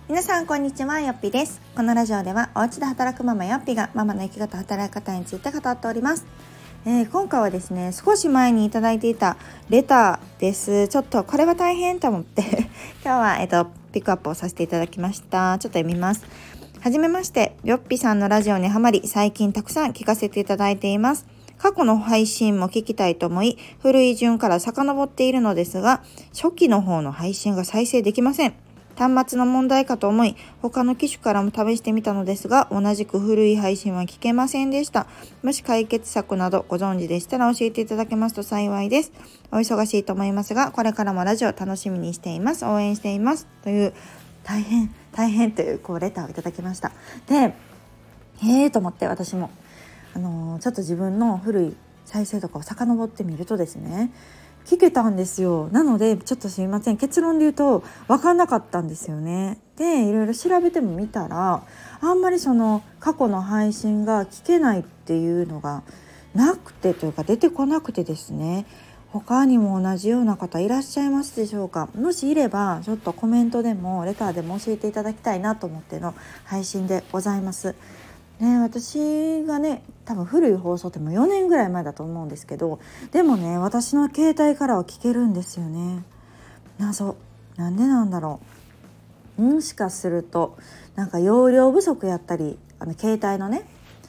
皆さんこんにちは、よっぴです。このラジオではお家で働くママよっぴがママの生き方働き方について語っております。今回はですね、少し前にいただいていたレターです。ちょっとこれは大変と思って今日は、ピックアップをさせていただきました。ちょっと読みます。はじめまして、よっぴさんのラジオにハマり、最近たくさん聞かせていただいています。過去の配信も聞きたいと思い、古い順から遡っているのですが、初期の方の配信が再生できません。端末の問題かと思い、他の機種からも試してみたのですが、同じく古い配信は聞けませんでした。もし解決策などご存知でしたら教えていただけますと幸いです。お忙しいと思いますが、これからもラジオ楽しみにしています。応援しています。という、大変というレターをいただきました。で、と思って私も、ちょっと自分の古い再生とかを遡ってみるとですね、聞けたんですよ。なのでちょっとすいません、結論で言うと分かんなかったんですよね。でいろいろ調べてもみたら、あんまりその過去の配信が聞けないっていうのがなくてというか出てこなくてですね、他にも同じような方いらっしゃいますでしょうか。もしいればちょっとコメントでもレターでも教えていただきたいなと思っての配信でございますね。私がね、多分古い放送っても4年ぐらい前だと思うんですけど、でもね、私の携帯からは聞けるんですよね。謎、なんでなんだろう。もしかするとなんか容量不足やったり、携帯のね、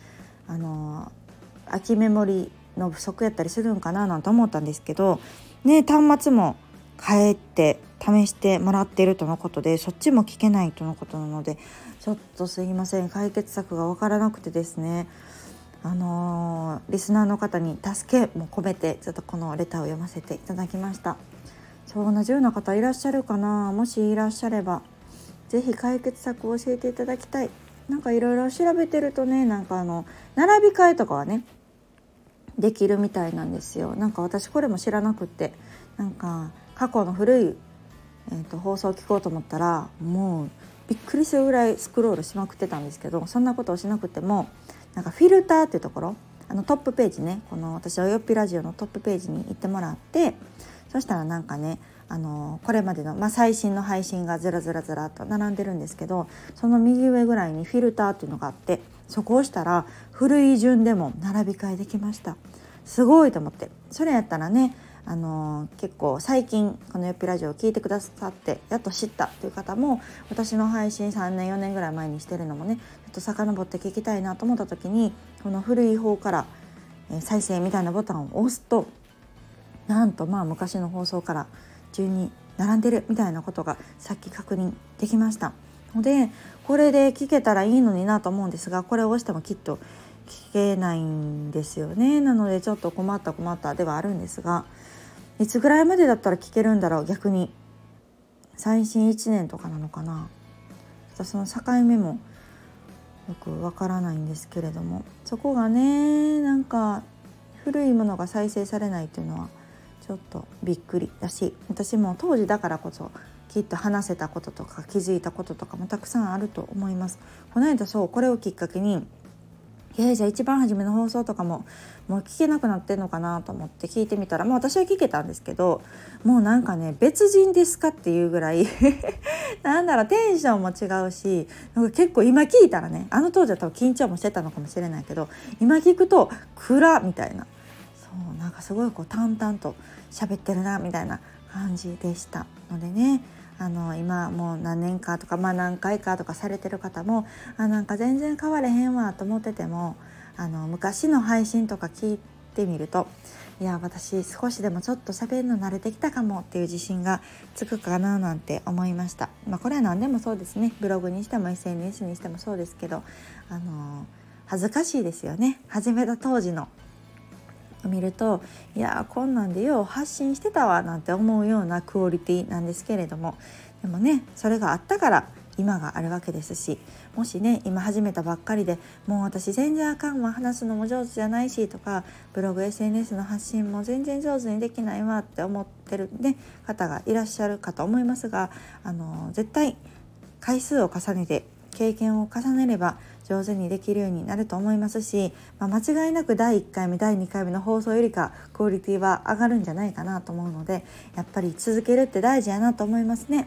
空きメモリの不足やったりするんかななんて思ったんですけどね、端末も変えて試してもらっているとのことで、そっちも聞けないとのことなので、ちょっとすいません、解決策が分からなくてですね、リスナーの方に助けも込めてちょっとこのレターを読ませていただきました。同じような方いらっしゃるかな。もしいらっしゃればぜひ解決策を教えていただきたい。なんかいろいろ調べてるとね、なんか並び替えとかはねできるみたいなんですよ。なんか私これも知らなくって、なんか過去の古い、放送を聞こうと思ったらもうびっくりするぐらいスクロールしまくってたんですけど、そんなことをしなくてもなんかフィルターっていうところ、トップページね、この私はよっぴラジオのトップページに行ってもらって、そしたらなんかね、これまでの、最新の配信がずらずらずらっと並んでるんですけど、その右上ぐらいにフィルターっていうのがあって、そこを押したら古い順でも並び替えできました。すごいと思って、それやったらね、結構最近このよっぴラジオを聞いてくださってやっと知ったという方も、私の配信3年4年ぐらい前にしてるのもね、ちょっと遡って聞きたいなと思った時に、この古い方から再生みたいなボタンを押すと、なんと昔の放送から順に並んでるみたいなことがさっき確認できましたので、これで聞けたらいいのになと思うんですが、これを押してもきっと聞けないんですよね。なのでちょっと困ったではあるんですが、いつぐらいまでだったら聞けるんだろう。逆に最新1年とかなのかな。その境目もよくわからないんですけれども、そこがね、なんか古いものが再生されないというのはちょっとびっくりだし、私も当時だからこそきっと話せたこととか気づいたこととかもたくさんあると思います。この間これをきっかけに、じゃあ一番初めの放送とかもう聞けなくなってんのかなと思って聞いてみたら、私は聞けたんですけど、もうなんかね、別人ですかっていうぐらいなんだろう、テンションも違うし、なんか結構今聞いたらね、当時は多分緊張もしてたのかもしれないけど、今聞くと暗みたいな、なんかすごい淡々と喋ってるなみたいな感じでしたのでね、今もう何年かとか、何回かとかされてる方も、なんか全然変われへんわと思ってても、昔の配信とか聞いてみると、いや私少しでもちょっと喋るの慣れてきたかもっていう自信がつくかななんて思いました。これは何でもそうですね。ブログにしても SNS にしてもそうですけど、恥ずかしいですよね。始めた当時のを見ると、いやこんなんでよう発信してたわなんて思うようなクオリティなんですけれども、でもね、それがあったから今があるわけですし、もしね今始めたばっかりで、もう私全然あかんわ、話すのも上手じゃないしとか、ブログ SNS の発信も全然上手にできないわって思ってる、方がいらっしゃるかと思いますが、絶対回数を重ねて経験を重ねれば上手にできるようになると思いますし、間違いなく第1回目第2回目の放送よりかクオリティは上がるんじゃないかなと思うので、やっぱり続けるって大事やなと思いますね。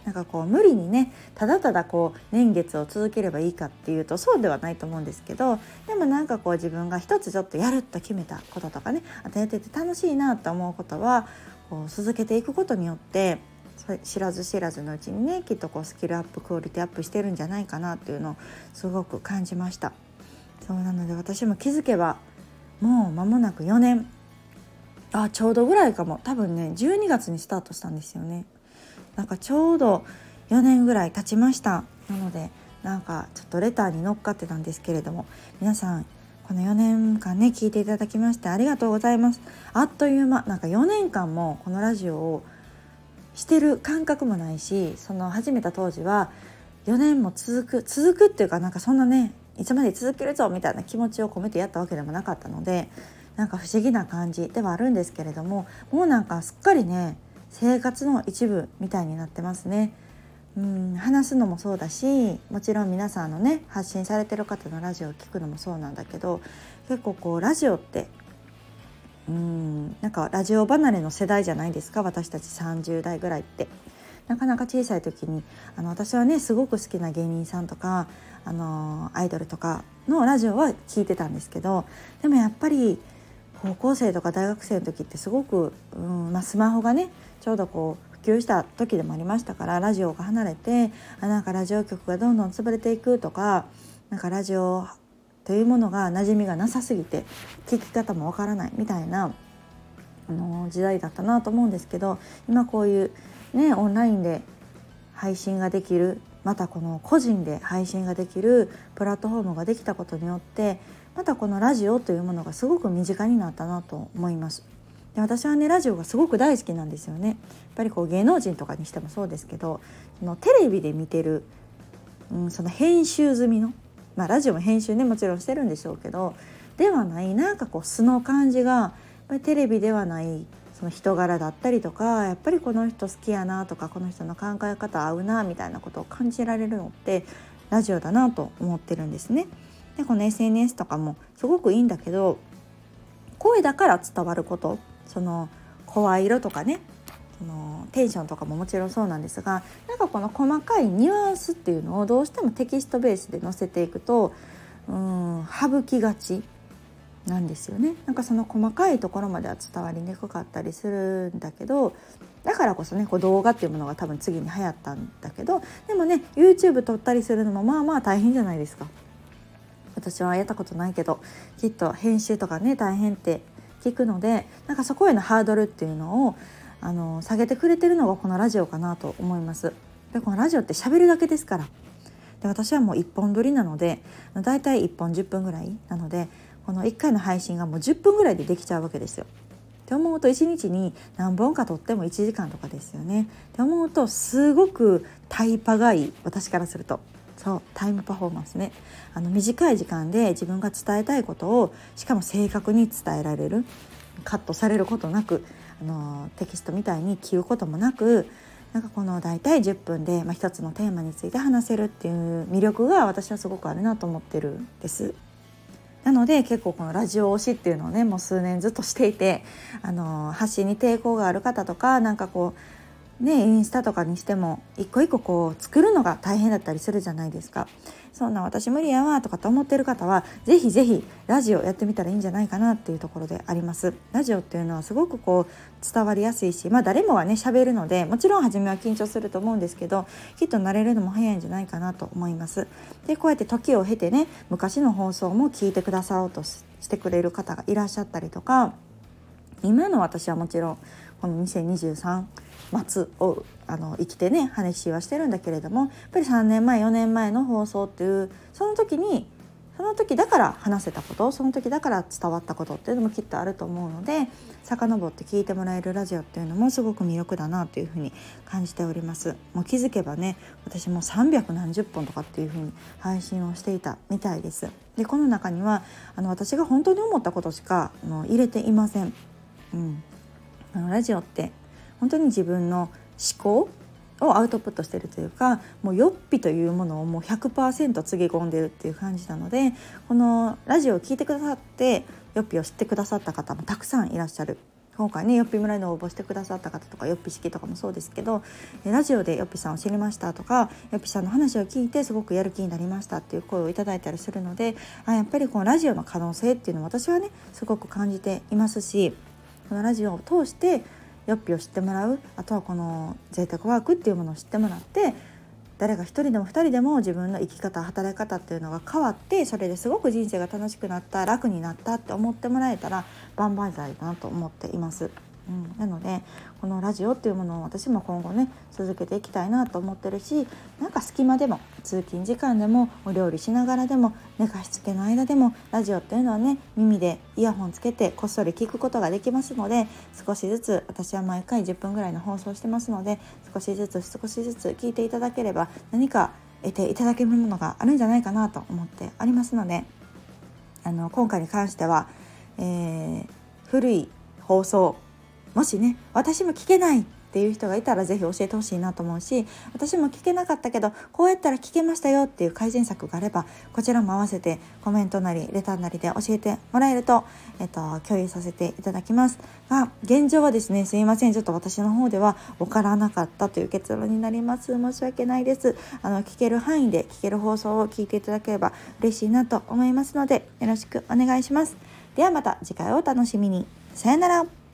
なんかこう無理にねただただこう年月を続ければいいかっていうとそうではないと思うんですけど、でもなんかこう自分が一つちょっとやると決めたこととかね、あとやってて楽しいなと思うことはこう続けていくことによって、知らず知らずのうちにねきっとこうスキルアップ、クオリティアップしてるんじゃないかなっていうのをすごく感じました。そうなので私も気づけばもう間もなく4年、ちょうどぐらいかも。多分ね12月にスタートしたんですよね。なんかちょうど4年ぐらい経ちました。なのでなんかちょっとレターに乗っかってたんですけれども、皆さんこの4年間ね聞いていただきましてありがとうございます。あっという間、なんか4年間もこのラジオをしてる感覚もないし、その始めた当時は4年も続くっていうか、なんかそんなねいつまで続けるぞみたいな気持ちを込めてやったわけでもなかったので、なんか不思議な感じではあるんですけれども、もうなんかすっかりね生活の一部みたいになってますね。話すのもそうだし、もちろん皆さんのね発信されてる方のラジオを聞くのもそうなんだけど、結構こうラジオってなんかラジオ離れの世代じゃないですか、私たち30代ぐらいって。なかなか小さい時に私はねすごく好きな芸人さんとかアイドルとかのラジオは聞いてたんですけど、でもやっぱり高校生とか大学生の時ってすごく、スマホがねちょうどこう普及した時でもありましたから、ラジオが離れてなんかラジオ局がどんどん潰れていくとか、なんかラジオというものが馴染みがなさすぎて聞き方もわからないみたいな時代だったなと思うんですけど、今こういうねオンラインで配信ができる、またこの個人で配信ができるプラットフォームができたことによって、またこのラジオというものがすごく身近になったなと思います。で私はねラジオがすごく大好きなんですよね。やっぱりこう芸能人とかにしてもそうですけど、テレビで見てる、その編集済みの、ラジオも編集ねもちろんしてるんでしょうけど、ではないなんかこう素の感じがやっぱりテレビではないその人柄だったりとか、やっぱりこの人好きやなとか、この人の考え方合うなみたいなことを感じられるのってラジオだなと思ってるんですね。でこの SNS とかもすごくいいんだけど、声だから伝わること、その声色とかね、そのテンションとかももちろんそうなんですが、なんかこの細かいニュアンスっていうのをどうしてもテキストベースで載せていくと省きがちなんですよね。なんかその細かいところまでは伝わりにくかったりするんだけど、だからこそねこう動画っていうものが多分次に流行ったんだけど、でもね YouTube 撮ったりするのもまあまあ大変じゃないですか。私はやったことないけどきっと編集とかね大変って聞くので、なんかそこへのハードルっていうのを下げてくれてるのがこのラジオかなと思います。でこのラジオって喋るだけですから。で私はもう1本撮りなので、だいたい1本10分ぐらいなので、この1回の配信がもう10分ぐらいでできちゃうわけですよ。って思うと1日に何本か撮っても1時間とかですよね。って思うとすごくタイパがいい、私からすると。そうタイムパフォーマンスね。短い時間で自分が伝えたいことをしかも正確に伝えられる、カットされることなくテキストみたいに切ることもなく、なんかこの大体10分で、一つのテーマについて話せるっていう魅力が私はすごくあるなと思ってるんです。なので結構このラジオ推しっていうのをねもう数年ずっとしていて、発信に抵抗がある方とか、なんかこうねインスタとかにしても一個一個こう作るのが大変だったりするじゃないですか。そんな私無理やわとかと思ってる方はぜひぜひラジオやってみたらいいんじゃないかなっていうところであります。ラジオっていうのはすごくこう伝わりやすいし、誰もがね喋るので、もちろん初めは緊張すると思うんですけど、きっと慣れるのも早いんじゃないかなと思います。でこうやって時を経てね昔の放送も聞いてくださろうとしてくれる方がいらっしゃったりとか、今の私はもちろんこの2023末を生きてね話はしてるんだけれども、やっぱり3年前4年前の放送っていうその時だから話せたこと、その時だから伝わったことっていうのもきっとあると思うので、遡って聞いてもらえるラジオっていうのもすごく魅力だなというふうに感じております。もう気づけばね私も300何十本とかっていうふうに配信をしていたみたいです。でこの中には私が本当に思ったことしか入れていません。ラジオって本当に自分の思考をアウトプットしているというか、もうよっぴというものをもう 100% つぎ込んでいるっていう感じなので、このラジオを聞いてくださってよっぴを知ってくださった方もたくさんいらっしゃる。 今回ねよっぴ村に応募してくださった方とか、よっぴ式とかもそうですけど、ラジオでよっぴさんを知りましたとか、よっぴさんの話を聞いてすごくやる気になりましたっていう声をいただいたりするので、やっぱりこのラジオの可能性っていうのを私はねすごく感じていますし、このラジオを通してよっぴを知ってもらう、あとはこの贅沢ワークっていうものを知ってもらって、誰が一人でも二人でも自分の生き方働き方っていうのが変わって、それですごく人生が楽しくなった、楽になったって思ってもらえたら万々歳だなと思っています。なのでこのラジオっていうものを私も今後ね続けていきたいなと思ってるし、なんか隙間でも通勤時間でもお料理しながらでも寝かしつけの間でもラジオっていうのはね耳でイヤホンつけてこっそり聞くことができますので、少しずつ私は毎回10分ぐらいの放送してますので、少しずつ聞いていただければ何か得ていただけるものがあるんじゃないかなと思っておりますので、今回に関しては、古い放送もしね私も聞けないっていう人がいたらぜひ教えてほしいなと思うし、私も聞けなかったけどこうやったら聞けましたよっていう改善策があれば、こちらも合わせてコメントなりレターなりで教えてもらえると、共有させていただきますが、現状はですねすいません、ちょっと私の方では分からなかったという結論になります。申し訳ないです。聞ける範囲で聞ける放送を聞いていただければ嬉しいなと思いますのでよろしくお願いします。ではまた次回をお楽しみに。さよなら。